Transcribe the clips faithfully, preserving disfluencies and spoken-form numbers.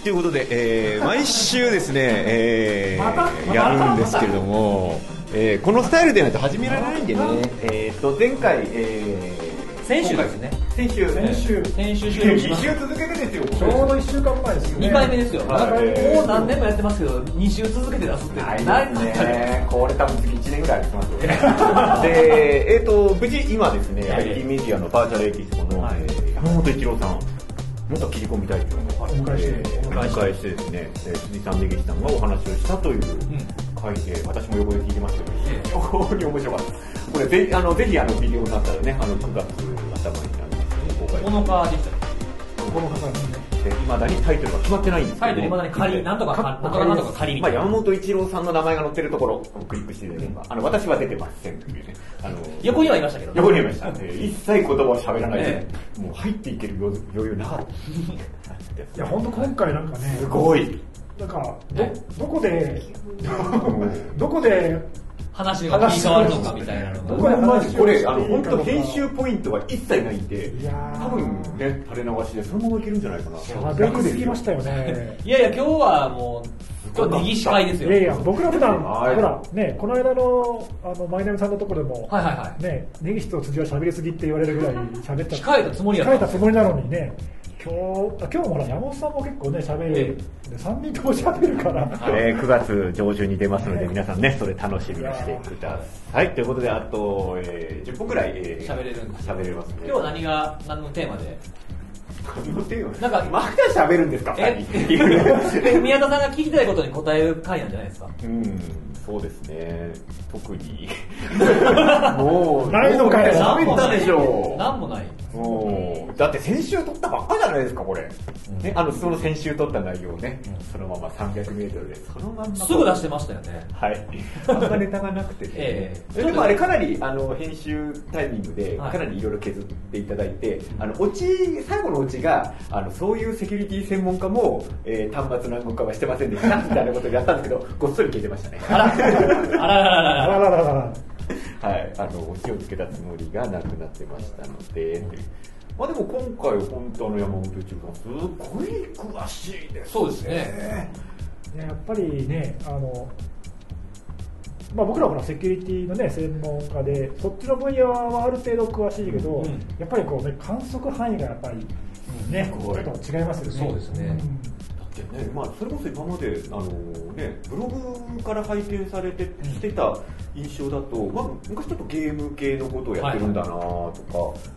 ということで、えー、毎週ですね、えー、やるんですけれども、えー、このスタイルでないと始められないんでね、えー、と前回、えー、 先週ですね。 先週先週先週収録しました。 に週続けてですよ。 ちょうどいっしゅうかんまえですよね。 にかいめですよ。 はい、 もう何年もやってますけど、に週続けて出すってないですね。これ多分次いちねんぐらいやってますよね。で、えーと、無事今ですね、アイティー メディアのバーチャルエキスポの、はい、えー、山本一郎さん、また切り込みたいというのをお迎えして、お迎えしてですね、辻さん、根岸さんがお話をしたという回で、私も横で聞いてましたけど、非常に面白かった。これぜひ、あの、ぜひあのビデオになったらね、あのくがつ頭になりますね、公開。 このかでした。 この方ですね。 未だにタイトルが決まってないんですけど、 タイトル未だに仮、なんとか、なんとかなんとか仮みたいな。 まあ、山本一郎さんの名前が載ってるところをクリックしていただければ、あの、私は出てませんというね。あの、 横にはいましたけどね。 横にはいました。一切言葉を喋らないで、もう入っていける余裕なかった。 いや、ほんと今回なんかね、 すごい。 なんか、ど、どこで、どこで、 話が切り替わるのかみたいなのが。 どこで話これ、あの、本当編集ポイントは一切ないんで、多分ね、垂れ流しでそのままいけるんじゃないかな。 喋りすぎましたよね。 いやいや、今日はもう、今日、根岸会ですよ。 いやいや、僕ら普段、ほら、ね、この間の、あの、マイナミさんのところでも、 はいはいはい。 ね、根岸と辻は喋りすぎって言われるぐらい喋った。 控えたつもりや控えたつもりなのにね、今日、今日もほら、山本さんも結構ね、喋る。さんにんとも喋るから。 えー、くがつ上旬に出ますので、皆さんね、それ楽しみにしてください。ということで、あと、えー、じゅっぷんくらい、えー、 喋れるんです。 喋れますね。 今日は何が、何のテーマで何のテーマなんか、 まだ喋るんですかえ宮田さんが聞きたいことに答える回なんじゃないですか。 うん、そうですね。特に。もう、 ないのかよ。 喋ったでしょう。 なんもない。 もう、だって先週撮ったばっかじゃないですか、これ。うん、ね、あの、その先週撮った内容をね、うん、そのままさんびゃくメートルで、そのまますぐ出してましたよね。 はい。あんまネタがなくてね。ええー。でもあれかなり、あの、編集タイミングで、かなりいろいろ削っていただいて、はい、あの、オチ、最後のオチが、あの、そういうセキュリティ専門家も、えー、端末の暗号化はしてませんでした、みたいなことでやったんですけど、ごっそり消えてましたね。 あらあららららあらららら。 はい、あの、オチをつけたつもりがなくなってましたので、まあでも今回本当あの山本一郎さんすごい詳しいですね。 そうですね。 やっぱりね、あの、まあ僕らはセキュリティのね、専門家で、そっちの分野はある程度詳しいけど、うん、やっぱりこうね、観測範囲がやっぱりね、うん、ちょっと違いますよね。 そうですね。うんね、まあ、それこそ今まであの、ね、ブログから拝見されてしてた印象だと、まあ、昔ちょっとゲーム系のことをやってるんだなとか、はい、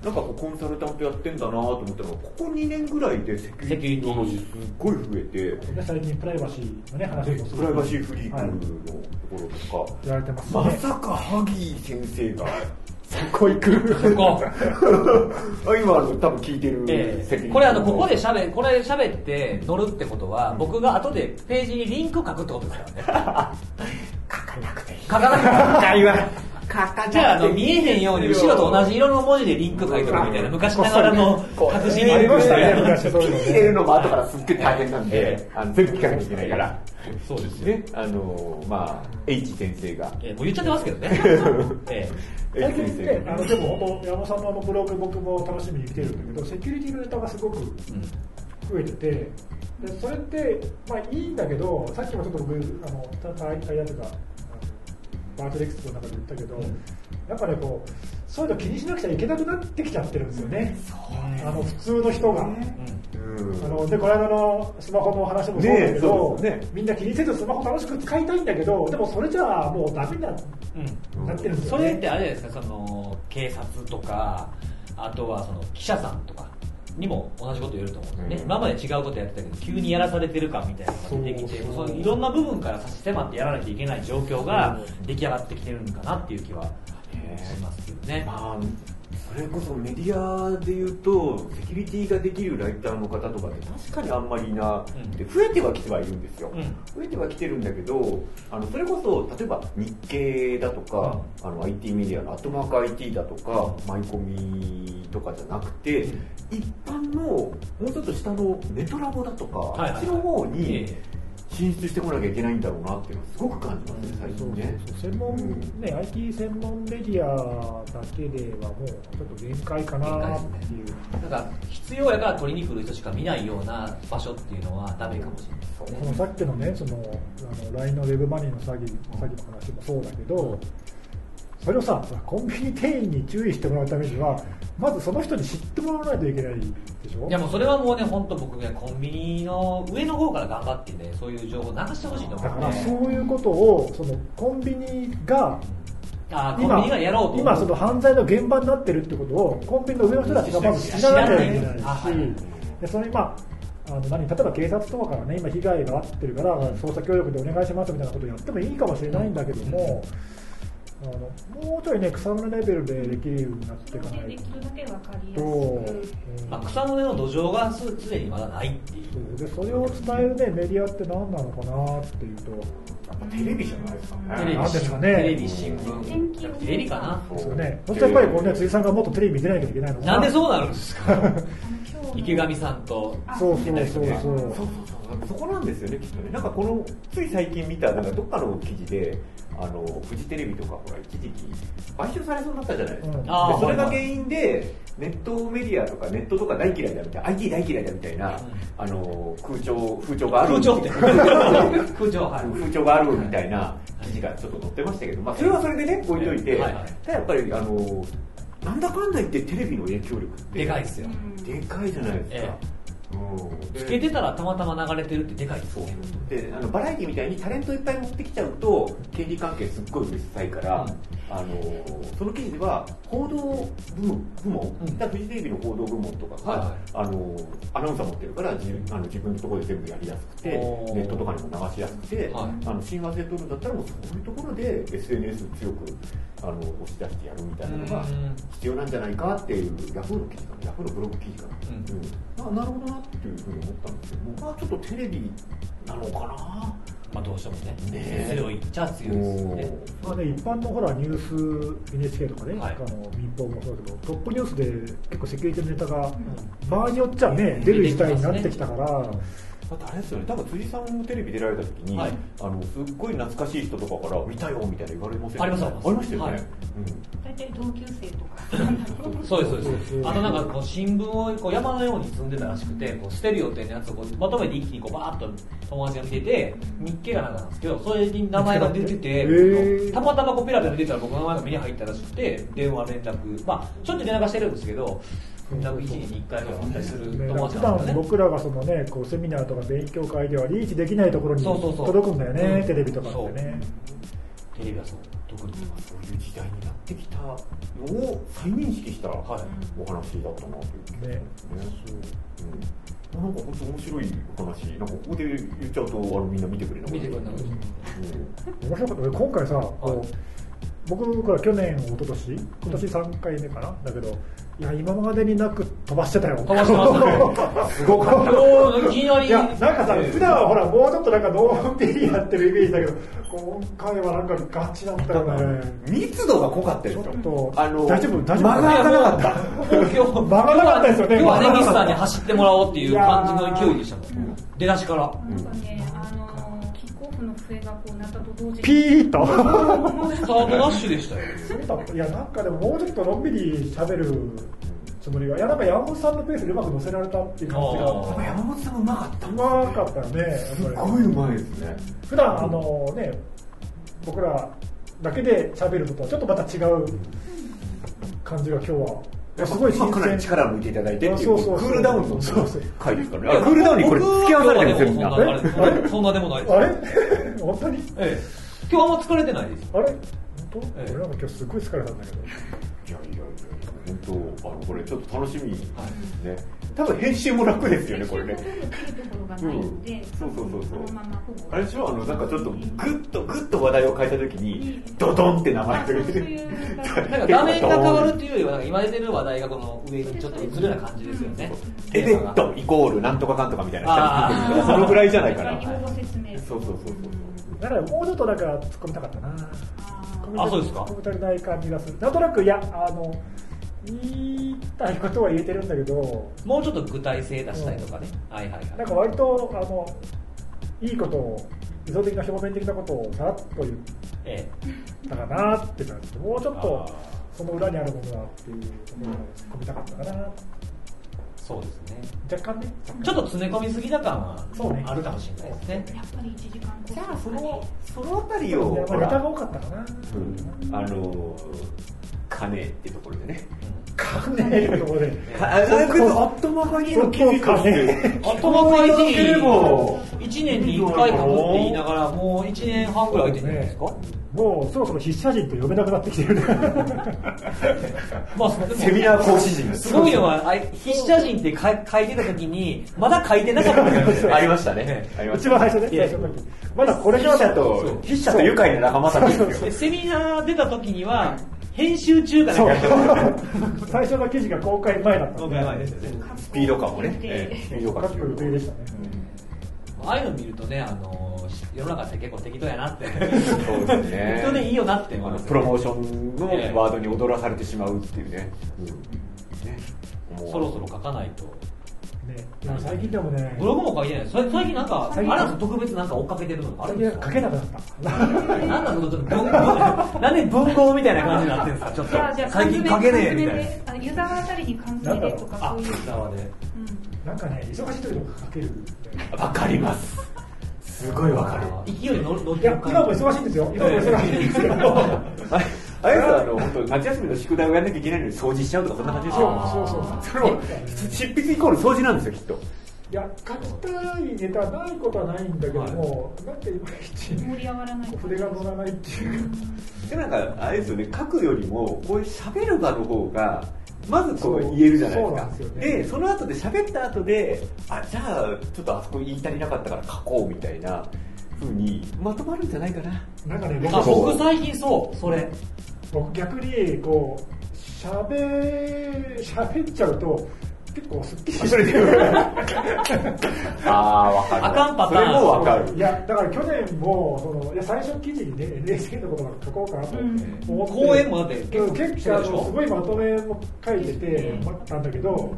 なんかこうコンサルタントやってんだなと思ったのがここにねんぐらいでセキュリティの話すっごい増えて、 最近プライバシーの、ね、話もプライバシーフリークのところとか、 言われてますね、 まさかハギー先生がそこ行くそこ今多分聞いてる、 えー、これあのここで喋これ喋って乗るってことは、うん、僕が後でページにリンク書くってことですからね書かなくていい書かなくていい書かなくていいじゃあ、あの見えへんように後ろと同じ色の文字でリンク書いてるみたいな昔ながらの隠しリンクありましたね昔そういうの入れるのも後からすっげえ大変なんで、あの全部聞かなきゃいけないからそうですね。あのまあ H 先生が、 えー、もう言っちゃってますけどね。えー、最近ね、あのでも本当山本さんのブログ僕も楽しみに来てるんだけど、セキュリティのネタがすごく増えてて、でそれってまあいいんだけど、さっきもちょっと僕あのタイヤとかバートレックスの中で言ったけど、うん、やっぱねこうそういうの気にしなくちゃいけなくなってきちゃってるんですよね。あの普通の人が。うん、あのでこの間のスマホの話もそうだけど、ねね、みんな気にせずスマホ楽しく使いたいんだけど、でもそれじゃあもうダメにな、うん、なってるんですよね。 それってあれですか、その警察とかあとはその記者さんとかにも同じこと言えると思うんですね、うん、今まで違うことやってたけど急にやらされてるかみたいなのが出てきて、そうそういろんな部分から差し迫ってやらなきゃいけない状況が出来上がってきてるのかなっていう気はしますけどね。まあそれこそメディアで言うとセキュリティができるライターの方とかって確かにあんまりいなくて、うん、増えてはきてはいるんですよ、うん、増えてはきてるんだけど、あのそれこそ例えば日経だとか、うん、あの アイティー メディアのアットマーク アイティー だとか、うん、マイコミとかじゃなくて、うん、一般のもうちょっと下のネトラボだとか、はいはいはい、あっちの方に進出してこなきゃいけないんだろうなっていうのはすごく感じますね、最近ね。 そうそうそう、専門、ね、アイティー 専門メディアだけではもうちょっと限界かなっていう。 なんか必要やから取りに来る人しか見ないような場所っていうのはダメかもしれない。 このさっきのね、そのあの ライン のウェブマネーの詐欺、詐欺の話もそうだけど、それをさ、コンビニ店員に注意してもらうためには、まずその人に知ってもらわないといけないでしょ。 いやもうそれはもうね、本当僕ね、コンビニの上の方から頑張ってね、そういう情報を流してほしいと思う、ね、 だからそういうことをそのコンビニがあコンビニがやろうと思う、 今その犯罪の現場になってるってことをコンビニの上の人たちがまず知らなきゃいけないし、でそれ今あの何例えば警察とかからね、今被害があってるから捜査協力でお願いしますみたいなことをやってもいいかもしれないんだけども、あのもうちょいね、草の根レベルでできるようになっていかないと。 できるだけ分かりやすく、 まあ、草の根の土壌がすすでにまだないっていう。 そうでそれを伝える、ね、メディアって何なのかなっていうと、 テレビじゃないですかね。 テレビ、 なんですかね、 テレビ、新聞、テレビかな。 そうですよね。そしてやっぱりこうね、辻さんがもっとテレビ見てないといけないのかな。 なんでそうなるんですか池上さんと。 そうそうそうそう。 そうそうそう。そこなんですよね、きっとね。なんかこの、つい最近見た、なんかどっかの記事で、あのフジテレビとかほら一時期買収されそうになったじゃないですか、うん、でそれが原因でネットメディアとかネットとか大嫌いだみたいな アイティー 大嫌いだみたいな、うん、あの空調風潮がある風潮って空潮、 はい、風潮があるみたいな記事がちょっと載ってましたけど、まあ、それはそれでね置いといて、はいはい、ただやっぱりあのなんだかんだ言ってテレビの影響力ってでかいですよ、 でかいじゃないですか、ええうん、つけてたらたまたま流れてるってでかいですね。 であのバラエティみたいにタレントいっぱい持ってきちゃうと権利関係すっごいうるさいから、うん、あのその記事では報道部門、部門うん、フジテレビの報道部門とかが、はいはい、あのアナウンサー持ってるから自あの自分のところで全部やりやすくてネットとかにも流しやすくて、はい、あの親和性取るんだったらもうそういうところで エスエヌエス 強くあの押し出してやるみたいなのが必要なんじゃないかっていうヤフーの記事かな、ヤフーのブログ記事かな、うんうん、あなるほどなっていうふうに思ったんですけど、僕はちょっとテレビなのかな。 まあどうしてもね、ね強いっちゃ強いですよね。 まあね、一般のほらニュース エヌエイチケー とかね、はい、あの民放もそうだけどトップニュースで結構セキュリティのネタが、うん、場合によっちゃね出る時代になってきたから。 だってあれですよね、多分辻さんもテレビ出られた時に、はい、あのすっごい懐かしい人とかから見たよみたいな言われません？ ありますありましたよね。はい、 大体同級生とかそうですそうです。あとなんかこう新聞をこう山のように積んでたらしくて、こう捨てる予定のやつをこうまとめて一気にこうバーッと友達が見てて、日記がなんかなんですけど、それに名前が出てて、たまたまこうペラペラ出てたら僕の名前が目に入ったらしくて、電話連絡、まあちょっと連絡してるんですけど。いちにちにいっかいぐらいあったりする友達なんですよね。 普段僕らがそのね、こうセミナーとか勉強会ではリーチできないところに届くんだよね、そうそうそう、テレビとかってね。 テレビはそう、特にそういう時代になってきたのを再認識した、はい、お話だったなという気がしますね。うん、なんか本当面白い話、なんかここで言っちゃうとあのみんな見てくれなかった。見てくれなかった。 面白かった。今回さ、こう僕から去年、一昨年今年さんかいめかな、だけど、いや今までになく飛ばしてたよ。 飛ばしてますね。すごかった。いきなり。 いやなんかさ、普段はほらもうちょっとなんかのんびりやってるイメージだけど、今回はなんかガチだったよね。 密度が濃かったよ。 ちょっとあの大丈夫大丈夫。 間が開かなかった。 今日間がなかったですよね。 今日はねミスターに走ってもらおうっていう感じの勢いでしたもん。出だしから。 なんかね、あのキックオフの笛がこう鳴ったと同時にピーッと。 スタートダッシュでしたよ。 そうだった。いやなんかでももうちょっとのんびり喋るつもりが、いやなんか山本さんのペースでうまく乗せられたっていう感じが。 山本さんうまかった。 うまかったよね。 すごいうまいですね。 普段あのね僕らだけで喋るのとはちょっとまた違う感じが今日は。すごい新鮮。 かなり力を抜いていただいてっていうそうそうそうクールダウンの回ですからね。クールダウンにこれ付き合わされてるんですよ。 あれそんなでもないです。 あれ本当に？ ええ。今日あんま疲れてないです。 あれ本当？俺なんか今日すごい疲れたんだけど。いやいやいや本当あのこれちょっと楽しみね。多分編集も楽ですよねこれね。そうそうそうそう。あれでしょあのなんかちょっとグッとグッと話題を変えた時にドドンって名前が出てる。 なんか画面が変わるっていうよりはなんか今出てる話題がこの上にちょっと映るような感じですよね。 エベットイコールなんとかかんとかみたいな下についてるそのぐらいじゃないかな。 用語説明。 そうそうそうそう。 だからもうちょっとなんか突っ込みたかったな。 あそうですか。 突っ込み足りない感じがする。なんとなくいやあの。言いたいことは言えてるんだけどもうちょっと具体性出したいとかね、うん、はいはいはいなんか割とあのいいことを理想的な表面的なことをさらっと言ったかなって感じで、もうちょっとその裏にあるものだっていうところを突っ込みたかったかな。 そうですね。 若干ね。 ちょっと詰め込みすぎた感はあるかもしれないですね。 やっぱりいちじかんじゃあそのそのあたりをネタが多かったかな。 うん、あの金ってところでね。 金ってところで。 あっとまかにの記事としてあっとまかにもいちねんにいっかい書くって言いながらもういちねんはんぐらい空いてるんじゃないですか。 もうそろそろ筆者陣と呼べなくなってきてる。 まあセミナー講師陣すごいのは筆者陣って書いてた時にまだ書いてなかったのありましたね。 一番最初ね。最初の時まだこれ筆者と筆者と愉快な仲間たちですよ。 セミナー出た時には編集中かなんか最初の記事が公開前だった。 公開前ですよね。 スピード感もね。スピード感予定でしたね。 ああいうの見るとね、あの世の中って結構適当やなって。 そうですね。 適当でいいよなって思います。 プロモーションのワードに踊らされてしまうっていうね。 そろそろ書かないと。 ね、最近でもね、 ブログも書いてない。最近なんかあれなん特別なんか追っかけてるのかあるんですか。 書けなくなった。 なんだそのちょっと文なんで文豪みたいな感じになってるんですか。ちょっと最近書けねえみたいな。 湯沢あたりに関係でとかそういう。 湯沢で。 なんかね、忙しい時も書ける。 わかります。すごいわかる。 勢いに乗る乗って。いや、今も忙しいんですよ。今も忙しいんですけど。 あれはあの本当夏休みの宿題をやらなきゃいけないのに掃除しちゃうとかそんな感じですよ。 そうそうそう。 それも執筆イコール掃除なんですよきっと。 いや、書きたいネタないことはないんだけども、なんかいまいち盛り上がらない。 筆が乗らないっていう。 でなんかあれですよね、書くよりもこういう喋る場の方がまずこう言えるじゃないですか。 そうそうで, ね、でその後で喋った後で、あじゃあちょっとあそこ言い足りなかったから書こうみたいな風にまとまるんじゃないかな。 なんかね、 僕, 僕最近そうそれ。 僕逆にこう喋喋っちゃうと結構すっきりしてる。 ああわかる。 あかんパターン。 それもわかる。 いやだから去年もそのいや最初記事にね エヌエイチケー のことが書こうかなと思って、 講演もだって結構結構あのすごいまとめも書いてて待ったんだけど。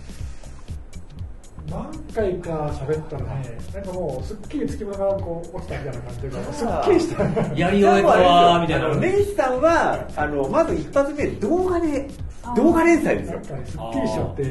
何回か喋ったらね、なんかもうすっきりつきものがこう落ちたみたいな感じで、すっきりした。 やり終えたわーみたいな。 ネイさんはあのまず一発目動画で動画連載ですよ。 なんかねすっきりしちゃって。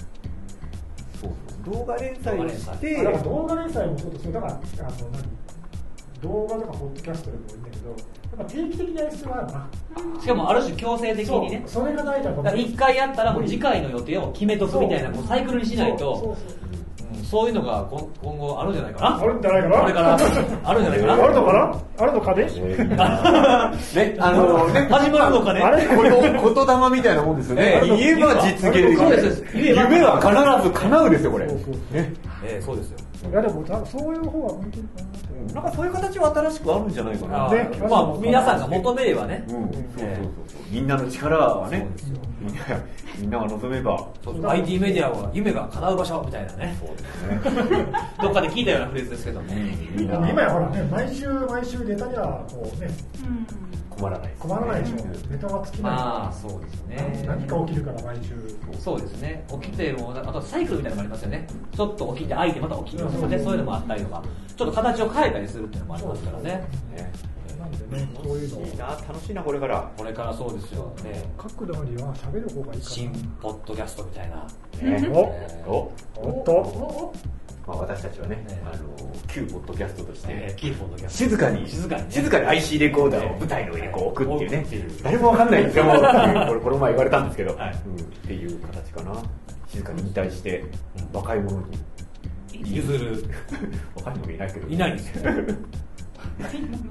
そう動画連載して、 だから動画連載もそうですだからあの何動画とかポッドキャストでもいいんだけど、やっぱ定期的にやる必要があるな。 しかもある種強制的にね。 それがないと一回やったらもう次回の予定を決めとくみたいなもうサイクルにしないと。そういうのが今後あるんじゃないかな。 あるんじゃないかな。 これからあるんじゃないかな。 あるのかな。あるのかね。 ね、あのね始まるのかね。 あれ言霊みたいなもんですよね。言えば実現。 そうです。 夢は必ず叶うですよこれ。ね。 ええそうですよ。 いやでもそういう方が向いてるかな。 なんかそういう形は新しくあるんじゃないかな。 ね、まあ皆さんが求めればね。 うん、そうそうそうそう。みんなの力はね。みんなが望めば。 アイティー メディアは夢が叶う場所みたいなね。そうですね。どっかで聞いたようなフレーズですけども。 今やほらね、毎週毎週ネタにはこうね、 困らない。 困らないでしょ。ネタは尽きない。 ああ、そうですね。 何か起きるから毎週。 そうですね。起きても、あとサイクルみたいなのもありますよね。ちょっと起きて、開いてまた起きるとかね、そういうのもあったりとか、ちょっと形を変えたりするっていうのもありますからね。 なんでね、こういうのいいな、楽しいなこれから。 これからそうですよ。ね、 書くのには喋る方がいいかな。 新ポッドキャストみたいな。 ね、お、お、 おっと。 まあ私たちはね、あの旧ポッドキャストとして、 旧ポッドキャスト静かに静かに静かに アイシー レコーダーを舞台の上にこう置くっていうね、誰もわかんないんですよ。これこの前言われたんですけど、っていう形かな。静かに引退して若い者に譲る。 若い者いないけど、 いないんですよ。 うん、という形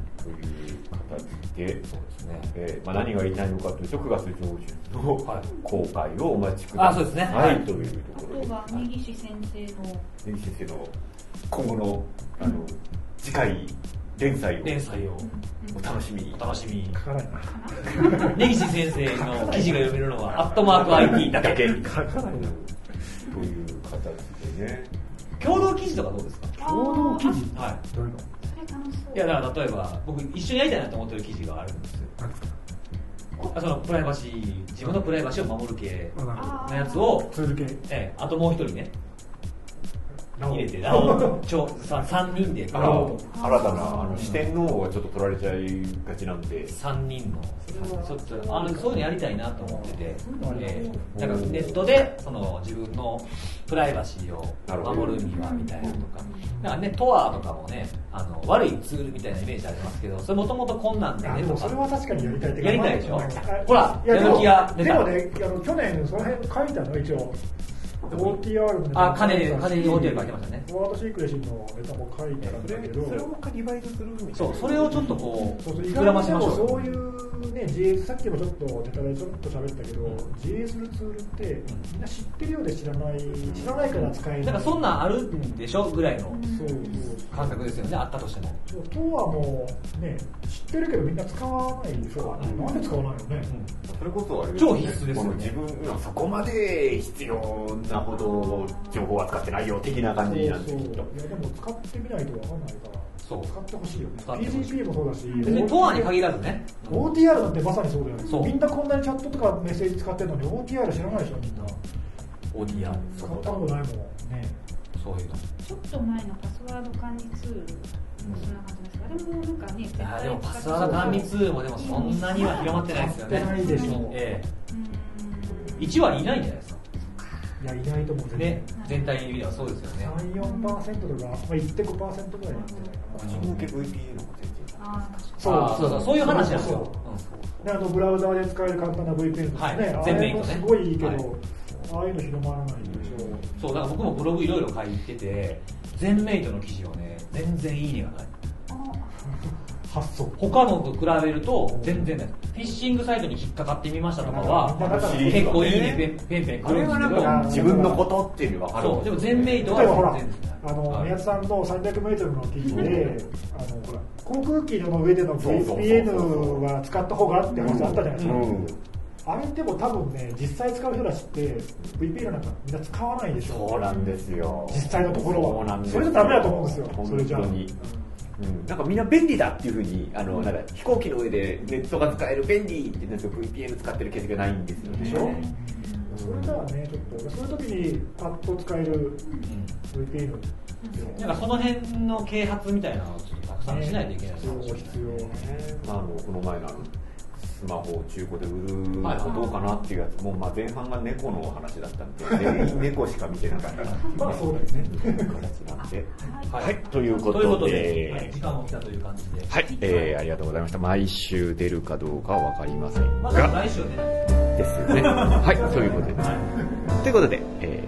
で、そうですね。えー、まあ何が言いたいのかというと、くがつ上旬の公開をお待ちください。 あ、そうですね。 はい、というところで。 あとは根岸先生の根岸先生の今後のあの次回連載を連載をお楽しみに。 お楽しみに。 書かないな。 根岸先生の記事が読めるのはアットマーク アイティー だけ。 書かないな。 という形でね。 共同記事とかどうですか？ 共同記事。 はい。 どういうの？ いやだから例えば僕一緒にやりたいなと思ってる記事があるんですよ。そのプライバシー、自分のプライバシーを守る系のやつを続け。 ええ、あともう一人ね。 入れて、あの、ちょ、さ、三人で、 新たなあの四天王はちょっと取られちゃいがちなんで。 三人の、ちょっと、あの、そういうのやりたいなと思ってて、えー、なんかネットで、その、自分のプライバシーを守るには、みたいなとか、なんかね、トアとかもね、あの、悪いツールみたいなイメージありますけど、それもともとこんなんでね、とか。 それは確かにやりたいってやりたいでしょほら、やる気が出た。 でもね、あの、去年その辺書いたの、一応。オーティーアール のネタあ、金で、金に オーティーアール 書いてましたね。 フォワードシークレシーのネタも書いてあるんだけど、 それをもう一回リバイズするみたいな。 そう、それをちょっとこう、 そうそう、 膨らましましょう。 そういうね、ジーエス、さっきもちょっとネタでちょっと喋ったけど、うん、ジーエス のツールってみんな知ってるようで知らない、知らないから使えない。 なんかそんなんあるんでしょぐらいのそうそう感覚ですよね、あったとしても。 そう、とはもうね、知ってるけどみんな使わないでしょ。うん、なんで使わないのね。 うん、それこそあれ超必須ですよね。 自分がそこまで必要なほど情報は使ってないよ的な感じなんですけど。 いやでも使ってみないとわかんないから。そう、使ってほしいよね。 ピージーピー もそうだし、 別にトアに限らずね。 オーティーアール だってまさにそうだよね。そう、みんなこんなにチャットとかメッセージ使ってるのに オーティーアール 知らないでしょ、みんな。 オーティーアール使ったことないもんね。 そういうの。 ちょっと前のパスワード管理ツールもそんな感じですか。でもなんかね、 いやでもパスワード管理ツールもでもそんなには広まってないですよね。 ないでしょう。 ええ。いち割いないんじゃないですか。 いや、いないと思うね、全体に見ればそうですよね。 さん、よんパーセントとか、まあ、いってんごパーセント ぐらいなんじゃないかな。 自分向け ブイピーエヌ も全然。 そうそうそう、そういう話なんですよ。 あのブラウザーで使える簡単な ブイピーエヌ とかね、あれもすごいいいけど、ああいうの広まらないでしょ。 そう、だから僕もブログいろいろ書いてて、全メイトの記事はね、全然いいねがない。 発想。 他のと比べると全然ない。フィッシングサイトに引っかかってみましたとかは、結構いいねペンペンペン来るんですけど、 自分のことっていうの分かる。 そう、でも全メイトは全然ですね。 あの、宮津さんのさんびゃくメートルの記事で、あの、ほら、航空機の上での ブイピーエヌ は使った方がって話あったじゃないですか。あれでも多分ね、実際使う人たちって ブイピーエヌ なんかみんな使わないでしょ。 そうなんですよ。 実際のところは。 そうなんですよ。 それじゃダメだと思うんですよ。それじゃあ。 うん、なんかみんな便利だっていうふうに、あの、なんか飛行機の上でネットが使える便利って言うんですけど ブイピーエヌ 使ってるケースがないんですよね。でしょ、うん、 それじゃあね、ちょっと、そういう時にパッと使える ブイピーエヌ、 うん、なんかその辺の啓発みたいなのをちょっとたくさんしないといけないですね。 必要ね。 まあ、あの、この前のあの、スマホを中古で売るのどうかなっていうやつも、まあ前半が猫の話だったんで、全員猫しか見てなかったなっていう、 まあそうですね。 形なんで。 はい、 はい、ということで、 はい、時間も来たという感じで。 はい、えー、ありがとうございました。毎週出るかどうかはわかりませんが。 まあ来週は出ないですよね。はい、そういうことで。はい、ということで、えー